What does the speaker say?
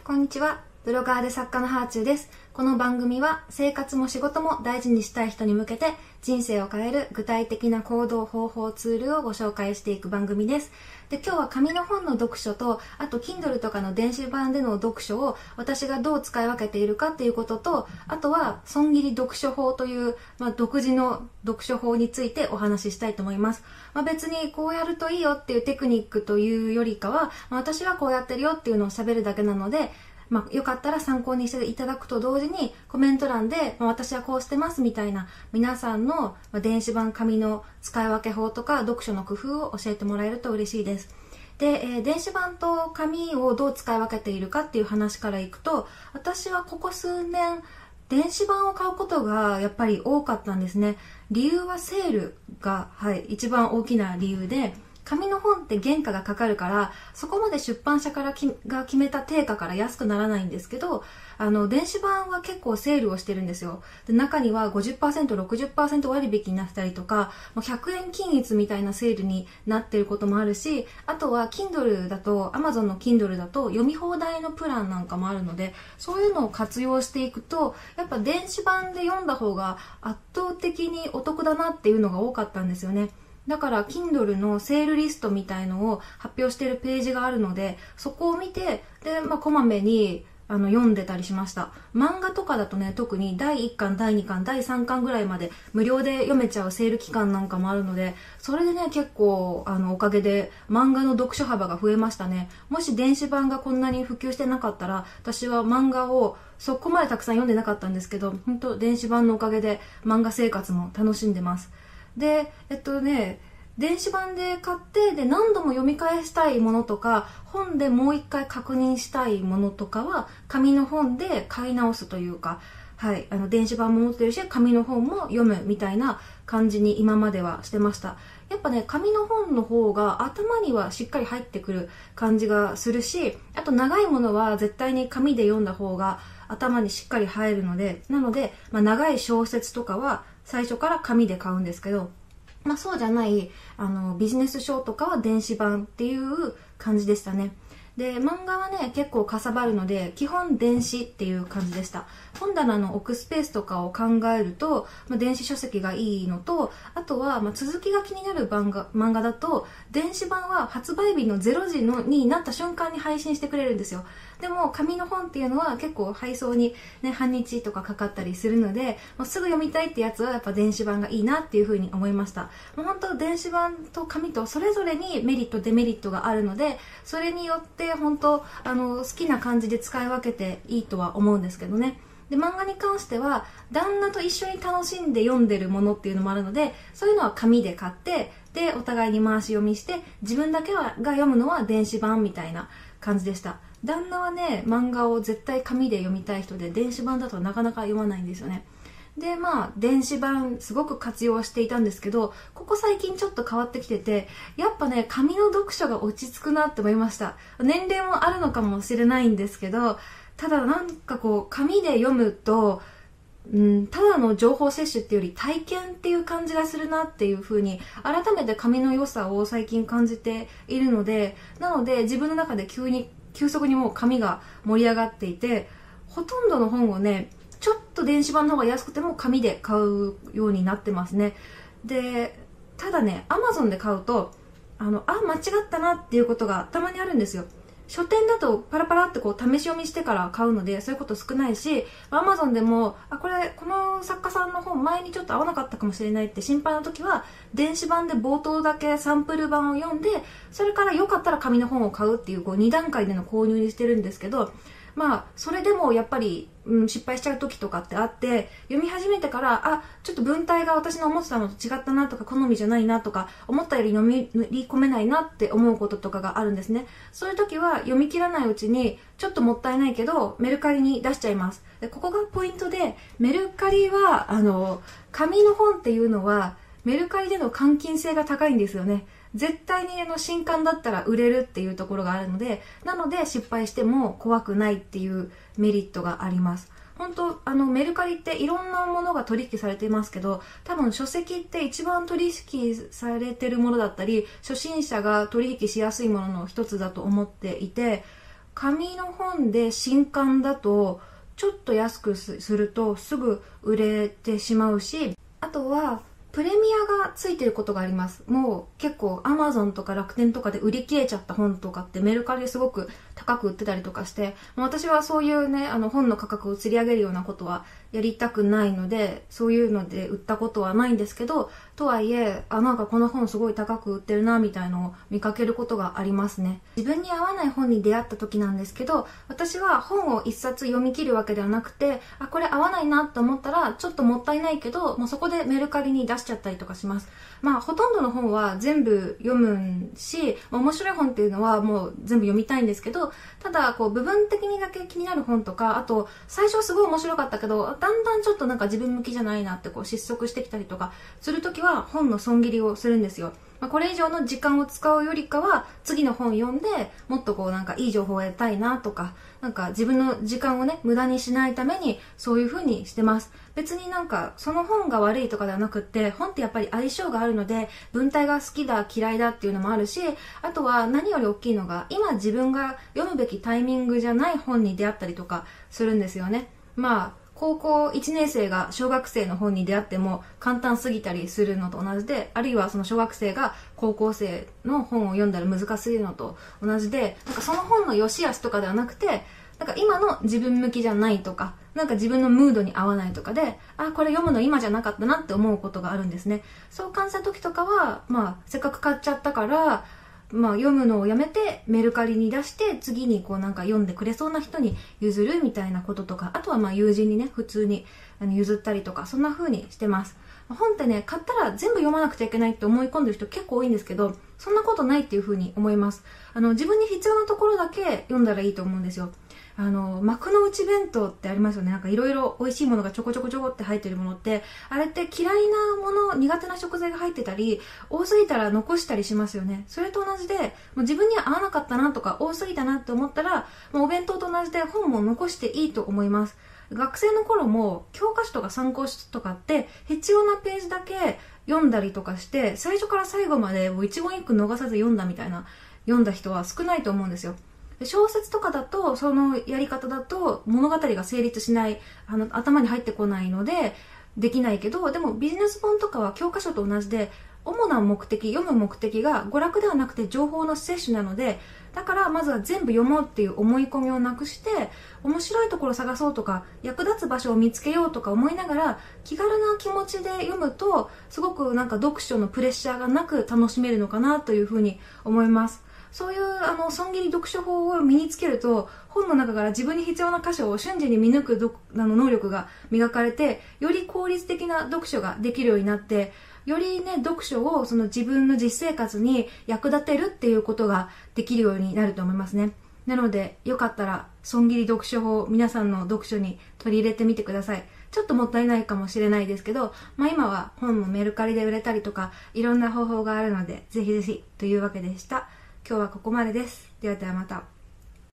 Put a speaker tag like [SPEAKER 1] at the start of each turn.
[SPEAKER 1] こんにちは。ブロガーで作家のハーチューです。この番組は生活も仕事も大事にしたい人に向けて人生を変える具体的な行動方法ツールをご紹介していく番組です。で、今日は紙の本の読書と、あと Kindle とかの電子版での読書を私がどう使い分けているかっていうことと、あとは損切り読書法という、独自の読書法についてお話ししたいと思います。別にこうやるといいよっていうテクニックというよりかは、私はこうやってるよっていうのを喋るだけなので、よかったら参考にしていただくと同時にコメント欄で、私はこうしてますみたいな皆さんの電子版紙の使い分け法とか読書の工夫を教えてもらえると嬉しいです。で、電子版と紙をどう使い分けているかっていう話からいくと、私はここ数年電子版を買うことがやっぱり多かったんですね。理由はセールが、一番大きな理由で、紙の本って原価がかかるから、そこまで出版社が決めた定価から安くならないんですけど、電子版は結構セールをしてるんですよ。で、中には 50%、60% 割引になったりとか、もう100円均一みたいなセールになってることもあるし、あとは Kindle だと、Amazon の Kindle だと読み放題のプランなんかもあるので、そういうのを活用していくと、やっぱ電子版で読んだ方が圧倒的にお得だなっていうのが多かったんですよね。だから Kindle のセールリストみたいのを発表しているページがあるので、そこを見て、で、こまめに読んでたりしました。漫画とかだとね、特に第1巻、第2巻、第3巻ぐらいまで無料で読めちゃうセール期間なんかもあるので、それでね、結構おかげで漫画の読書幅が増えましたね。もし電子版がこんなに普及してなかったら、私は漫画をそこまでたくさん読んでなかったんですけど、本当電子版のおかげで漫画生活も楽しんでます。で、電子版で買って、で、何度も読み返したいものとか、本でもう一回確認したいものとかは、紙の本で買い直すというか、電子版も持ってるし、紙の本も読むみたいな感じに今まではしてました。やっぱね、紙の本の方が頭にはしっかり入ってくる感じがするし、あと長いものは絶対に紙で読んだ方が頭にしっかり入るので、なので、長い小説とかは最初から紙で買うんですけど、そうじゃないビジネス書とかは電子版っていう感じでしたね。で、漫画はね、結構かさばるので、基本電子っていう感じでした。本棚の置くスペースとかを考えると、電子書籍がいいのと、あとは、続きが気になる漫画だと、電子版は発売日の0時になった瞬間に配信してくれるんですよ。でも、紙の本っていうのは結構配送にね、半日とかかかったりするので、すぐ読みたいってやつはやっぱ電子版がいいなっていう風に思いました。もう本当電子版と紙とそれぞれにメリット、デメリットがあるので、それによって本当好きな感じで使い分けていいとは思うんですけどね。で、漫画に関しては旦那と一緒に楽しんで読んでるものっていうのもあるので、そういうのは紙で買って、で、お互いに回し読みして、自分だけが読むのは電子版みたいな感じでした。旦那はね、漫画を絶対紙で読みたい人で、電子版だとなかなか読まないんですよね。で、電子版すごく活用していたんですけど、ここ最近ちょっと変わってきてて、やっぱね、紙の読書が落ち着くなって思いました。年齢もあるのかもしれないんですけど、ただなんかこう、紙で読むと、ただの情報摂取っていうより体験っていう感じがするなっていう風に改めて紙の良さを最近感じているので、なので自分の中で急速にもう紙が盛り上がっていて、ほとんどの本をね、ちょっと電子版の方が安くても紙で買うようになってますね。で、ただね、Amazon で買うと間違ったなっていうことがたまにあるんですよ。書店だとパラパラってこう試し読みしてから買うので、そういうこと少ないし、Amazon でもこの作家さんの本前にちょっと合わなかったかもしれないって心配な時は、電子版で冒頭だけサンプル版を読んで、それからよかったら紙の本を買うっていう2段階での購入にしてるんですけど、それでもやっぱり、失敗しちゃう時とかってあって、読み始めてから、ちょっと文体が私の思ってたのと違ったなとか、好みじゃないなとか、思ったより読み込めないなって思うこととかがあるんですね。そういう時は読み切らないうちに、ちょっともったいないけど、メルカリに出しちゃいます。で、ここがポイントで、メルカリは、紙の本っていうのは、メルカリでの換金性が高いんですよね。絶対に新刊だったら売れるっていうところがあるので、なので失敗しても怖くないっていうメリットがあります。本当メルカリっていろんなものが取引されていますけど、多分書籍って一番取引されてるものだったり、初心者が取引しやすいものの一つだと思っていて、 紙の本で新刊だとちょっと安くするとすぐ売れてしまうし、あとはプレミアがついてることがあります。もう結構 Amazon とか楽天とかで売り切れちゃった本とかってメルカリですごく高く売ってたりとかして、私はそういうね、本の価格を吊り上げるようなことはやりたくないので、そういうので売ったことはないんですけど、とはいえ、なんかこの本すごい高く売ってるなみたいのを見かけることがありますね。自分に合わない本に出会った時なんですけど、私は本を一冊読み切るわけではなくて、これ合わないなと思ったらちょっともったいないけど、もうそこでメルカリに出しちゃったりとかします。ほとんどの本は全部読むし、面白い本っていうのはもう全部読みたいんですけど、ただ部分的にだけ気になる本とか、あと最初はすごい面白かったけど、だんだんちょっとなんか自分向きじゃないなって失速してきたりとかするときは本の損切りをするんですよ。これ以上の時間を使うよりかは次の本読んでもっとなんかいい情報を得たいなとか、なんか自分の時間をね無駄にしないためにそういう風にしてます。別になんかその本が悪いとかではなくって、本ってやっぱり相性があるので、文体が好きだ嫌いだっていうのもあるし、あとは何より大きいのが今自分が読むべきタイミングじゃない本に出会ったりとかするんですよね。高校1年生が小学生の本に出会っても簡単すぎたりするのと同じで、あるいはその小学生が高校生の本を読んだら難しすぎるのと同じで、なんかその本の良し悪しとかではなくて、なんか今の自分向きじゃないとか、なんか自分のムードに合わないとかで、これ読むの今じゃなかったなって思うことがあるんですね。そう感じた時とかは、せっかく買っちゃったから、読むのをやめてメルカリに出して次になんか読んでくれそうな人に譲るみたいなこととか、あとは友人にね普通に譲ったりとか、そんな風にしてます。本ってね、買ったら全部読まなくちゃいけないって思い込んでる人結構多いんですけど、そんなことないっていう風に思います。自分に必要なところだけ読んだらいいと思うんですよ。幕の内弁当ってありますよね。なんかいろいろ美味しいものがちょこちょこちょこって入ってるものって、あれって嫌いなもの、苦手な食材が入ってたり、多すぎたら残したりしますよね。それと同じで、もう自分には合わなかったなとか、多すぎたなって思ったら、もうお弁当と同じで本も残していいと思います。学生の頃も教科書とか参考書とかって必要なページだけ読んだりとかして、最初から最後までもう一言一句逃さず読んだみたいな、読んだ人は少ないと思うんですよ。小説とかだとそのやり方だと物語が成立しない、頭に入ってこないのでできないけど、でもビジネス本とかは教科書と同じで、主な目的、読む目的が娯楽ではなくて情報の摂取なので、だからまずは全部読もうっていう思い込みをなくして、面白いところを探そうとか役立つ場所を見つけようとか思いながら気軽な気持ちで読むと、すごくなんか読書のプレッシャーがなく楽しめるのかなというふうに思います。そういう損切り読書法を身につけると、本の中から自分に必要な箇所を瞬時に見抜く能力が磨かれて、より効率的な読書ができるようになって、よりね、読書をその自分の実生活に役立てるっていうことができるようになると思いますね。なので、よかったら損切り読書法、皆さんの読書に取り入れてみてください。ちょっともったいないかもしれないですけど、今は本もメルカリで売れたりとか、いろんな方法があるので、ぜひぜひというわけでした。今日はここまでです。ではではまた。